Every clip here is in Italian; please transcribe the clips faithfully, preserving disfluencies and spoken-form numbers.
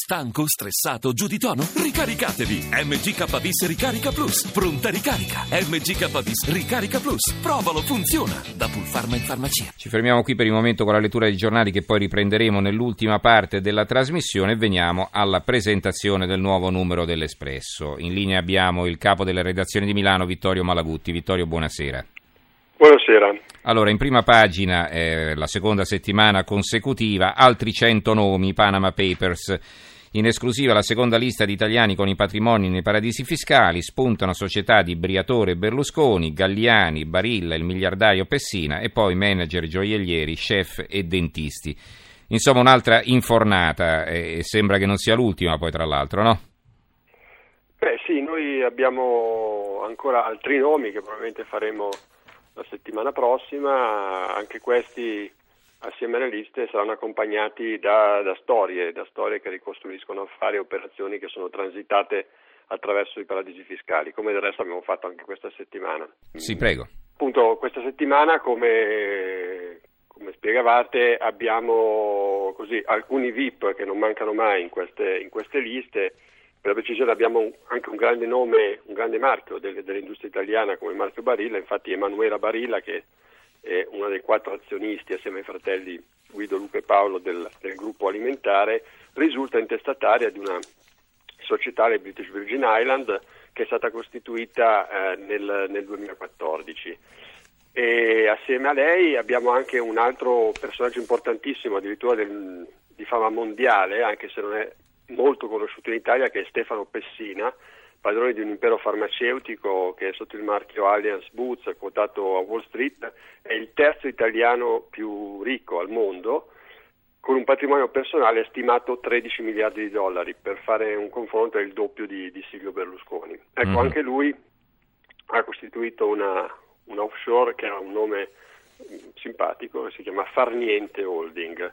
Stanco, stressato, giù di tono? Ricaricatevi! M G K Bis Ricarica Plus. Pronta ricarica. M G K Bis Ricarica Plus. Provalo, funziona. Da Pulpharma in farmacia. Ci fermiamo qui per il momento con la lettura dei giornali che poi riprenderemo nell'ultima parte della trasmissione e veniamo alla presentazione del nuovo numero dell'Espresso. In linea abbiamo il capo della redazione di Milano, Vittorio Malagutti. Vittorio, buonasera. Buonasera. Allora, in prima pagina, eh, la seconda settimana consecutiva, altri cento nomi, Panama Papers. In esclusiva la seconda lista di italiani con i patrimoni nei paradisi fiscali, spuntano società di Briatore e Berlusconi, Galliani, Barilla, il miliardario Pessina e poi manager, gioiellieri, chef e dentisti. Insomma, un'altra infornata e sembra che non sia l'ultima poi tra l'altro, no? Beh sì, noi abbiamo ancora altri nomi che probabilmente faremo la settimana prossima, anche questi assieme alle liste saranno accompagnati da, da storie, da storie che ricostruiscono affari e operazioni che sono transitate attraverso i paradisi fiscali, come del resto abbiamo fatto anche questa settimana. Sì, prego. Appunto, questa settimana, come, come spiegavate, abbiamo così alcuni V I P che non mancano mai in queste, in queste liste. Per la precisione abbiamo un, anche un grande nome, un grande marchio del, dell'industria italiana come il marchio Barilla, infatti Emanuela Barilla, che è uno dei quattro azionisti assieme ai fratelli Guido, Luca e Paolo del, del gruppo alimentare, risulta intestataria di una società, le British Virgin Island, che è stata costituita eh, nel, nel duemilaquattordici. E assieme a lei abbiamo anche un altro personaggio importantissimo, addirittura del, di fama mondiale, anche se non è molto conosciuto in Italia, che è Stefano Pessina, padrone di un impero farmaceutico che è sotto il marchio Allianz Boots, quotato a Wall Street, è il terzo italiano più ricco al mondo, con un patrimonio personale stimato tredici miliardi di dollari, per fare un confronto è il doppio di, di Silvio Berlusconi. Ecco, mm. anche lui ha costituito una, una offshore che ha un nome simpatico, si chiama Farniente Holding.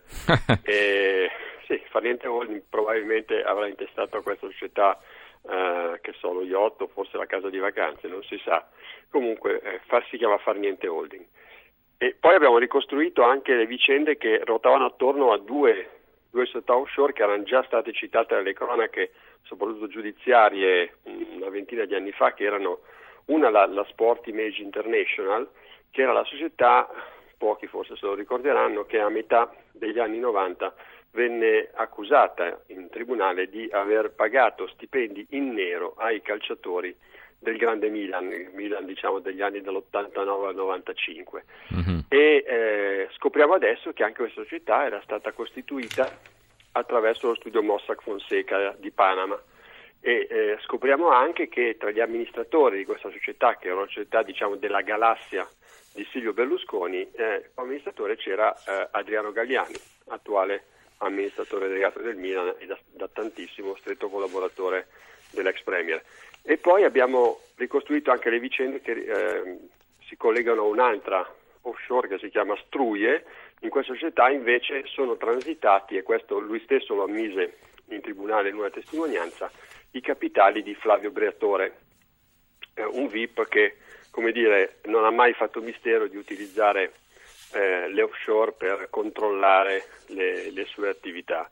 e, sì, Farniente Holding probabilmente avrà intestato a questa società Uh, che so, lo yacht o forse la casa di vacanze, non si sa. Comunque eh, far, si chiama Farniente Holding. E poi abbiamo ricostruito anche le vicende che ruotavano attorno a due, due società offshore che erano già state citate dalle cronache, soprattutto giudiziarie, una ventina di anni fa, che erano una la, la Sport Image International, che era la società, pochi forse se lo ricorderanno, che a metà degli anni novanta venne accusata in tribunale di aver pagato stipendi in nero ai calciatori del grande Milan, il Milan diciamo degli anni dall'ottantanove al novantacinque. Mm-hmm. E eh, scopriamo adesso che anche questa società era stata costituita attraverso lo studio Mossack Fonseca di Panama. E eh, scopriamo anche che tra gli amministratori di questa società, che è una società diciamo della galassia di Silvio Berlusconi, eh, come amministratore c'era eh, Adriano Galliani, attuale amministratore delegato del Milan e da, da tantissimo stretto collaboratore dell'ex premier. E poi abbiamo ricostruito anche le vicende che eh, si collegano a un'altra offshore che si chiama Struie. In questa società invece sono transitati, e questo lui stesso lo ammise in tribunale in una testimonianza, i capitali di Flavio Briatore, eh, un V I P che, come dire, non ha mai fatto mistero di utilizzare Eh, le offshore per controllare le, le sue attività.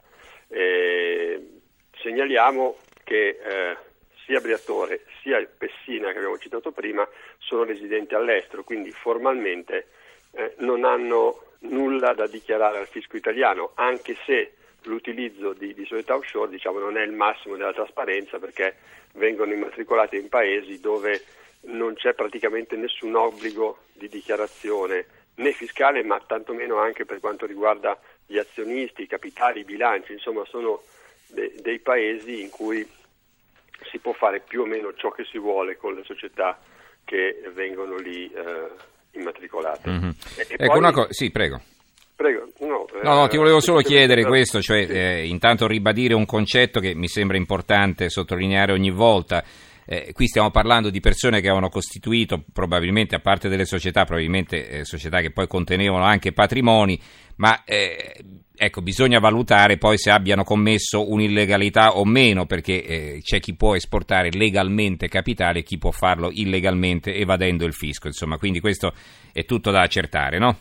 Eh, segnaliamo che eh, sia Briatore sia Pessina, che abbiamo citato prima, sono residenti all'estero, quindi formalmente eh, non hanno nulla da dichiarare al fisco italiano, anche se l'utilizzo di, di società offshore diciamo non è il massimo della trasparenza, perché vengono immatricolate in paesi dove non c'è praticamente nessun obbligo di dichiarazione né fiscale, ma tantomeno anche per quanto riguarda gli azionisti, i capitali, i bilanci. Insomma sono de- dei paesi in cui si può fare più o meno ciò che si vuole con le società che vengono lì eh, immatricolate. Mm-hmm. E, e ecco poi... una cosa, sì, prego. Prego, no, no, no, ti volevo solo chiedere per... questo, cioè sì. eh, intanto ribadire un concetto che mi sembra importante sottolineare ogni volta. Eh, qui stiamo parlando di persone che avevano costituito, probabilmente a parte delle società, probabilmente eh, società che poi contenevano anche patrimoni, ma eh, ecco, bisogna valutare poi se abbiano commesso un'illegalità o meno, perché eh, c'è chi può esportare legalmente capitale e chi può farlo illegalmente evadendo il fisco, insomma, quindi questo è tutto da accertare, no?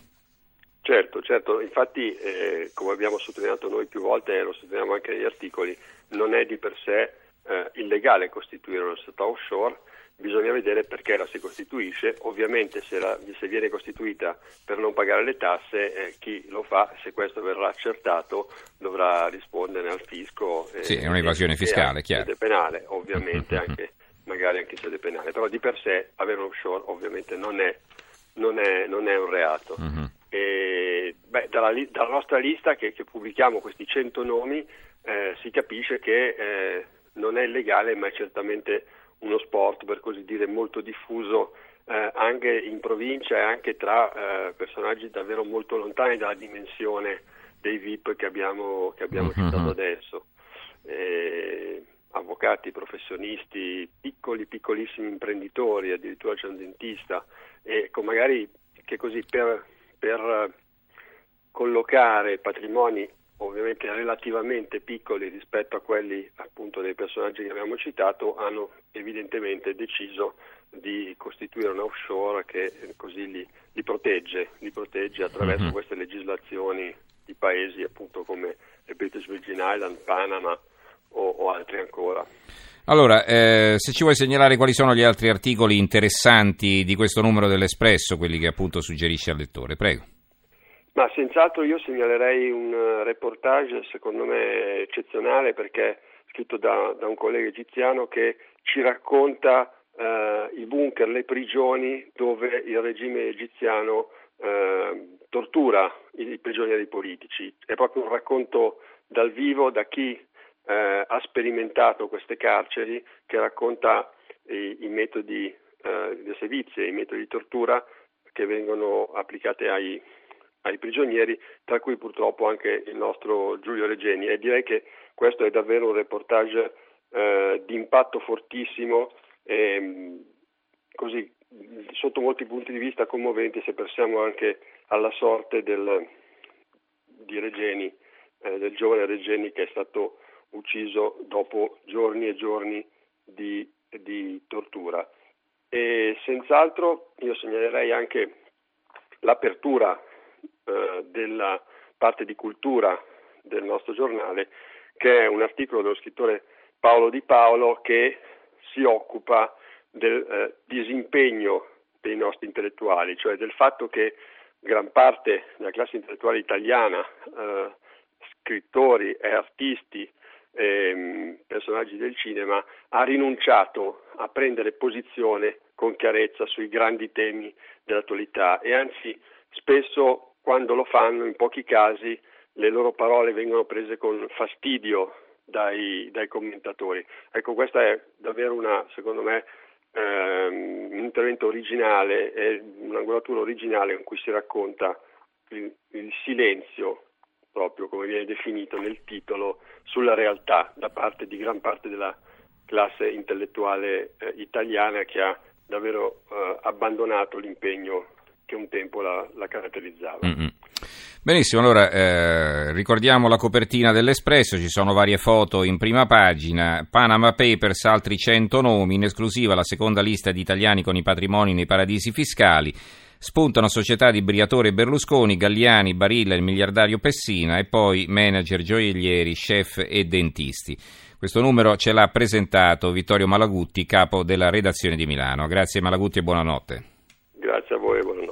Certo, certo, infatti eh, come abbiamo sottolineato noi più volte e lo sottolineiamo anche negli articoli, non è di per sé eh, illegale costituire una società offshore, bisogna vedere perché la si costituisce. Ovviamente se, la, se viene costituita per non pagare le tasse, eh, chi lo fa, se questo verrà accertato, dovrà rispondere al fisco. Eh, sì, è un'evasione fiscale, chiaro. Sede penale, ovviamente, anche, magari anche in sede penale, però di per sé avere un offshore ovviamente non è, non è, non è un reato. Uh-huh. E, beh, dalla, dalla nostra lista che, che pubblichiamo, questi cento nomi, eh, si capisce che eh, non è illegale, ma è certamente uno sport, per così dire, molto diffuso eh, anche in provincia e anche tra eh, personaggi davvero molto lontani dalla dimensione dei V I P che abbiamo, che abbiamo uh-huh. citato adesso. Eh, avvocati, professionisti, piccoli, piccolissimi imprenditori, addirittura c'è un dentista, e con magari che così per, per collocare patrimoni ovviamente relativamente piccoli rispetto a quelli appunto dei personaggi che abbiamo citato, hanno evidentemente deciso di costituire una offshore che così li, li protegge, li protegge attraverso mm-hmm. queste legislazioni di paesi appunto come le British Virgin Island, Panama o, o altri ancora. Allora, eh, se ci vuoi segnalare quali sono gli altri articoli interessanti di questo numero dell'Espresso, quelli che appunto suggerisci al lettore, prego. Ma senz'altro io segnalerei un reportage secondo me eccezionale, perché scritto da, da un collega egiziano che ci racconta eh, i bunker, le prigioni dove il regime egiziano eh, tortura i prigionieri politici. È proprio un racconto dal vivo da chi eh, ha sperimentato queste carceri, che racconta i, i metodi eh, di servizio, i metodi di tortura che vengono applicati ai ai prigionieri, tra cui purtroppo anche il nostro Giulio Regeni, e direi che questo è davvero un reportage eh, di impatto fortissimo, e, così sotto molti punti di vista commoventi, se pensiamo anche alla sorte del, di Regeni, eh, del giovane Regeni che è stato ucciso dopo giorni e giorni di, di tortura. E senz'altro io segnalerei anche l'apertura della parte di cultura del nostro giornale, che è un articolo dello scrittore Paolo Di Paolo che si occupa del eh, disimpegno dei nostri intellettuali, cioè del fatto che gran parte della classe intellettuale italiana, eh, scrittori e artisti, eh, personaggi del cinema, ha rinunciato a prendere posizione con chiarezza sui grandi temi dell'attualità, e anzi spesso quando lo fanno, in pochi casi, le loro parole vengono prese con fastidio dai, dai commentatori. Ecco, questa è davvero una, secondo me, ehm, un intervento originale, è un'angolatura originale con cui si racconta il, il silenzio, proprio come viene definito nel titolo, sulla realtà da parte di gran parte della classe intellettuale eh, italiana, che ha davvero eh, abbandonato l'impegno che un tempo la, la caratterizzava. Mm-hmm. Benissimo, allora eh, ricordiamo la copertina dell'Espresso, ci sono varie foto in prima pagina, Panama Papers, altri cento nomi, in esclusiva la seconda lista di italiani con i patrimoni nei paradisi fiscali, spuntano società di Briatore e Berlusconi, Galliani, Barilla, il miliardario Pessina, e poi manager, gioiellieri, chef e dentisti. Questo numero ce l'ha presentato Vittorio Malagutti, capo della redazione di Milano. Grazie Malagutti e buonanotte. Grazie a voi e buonanotte.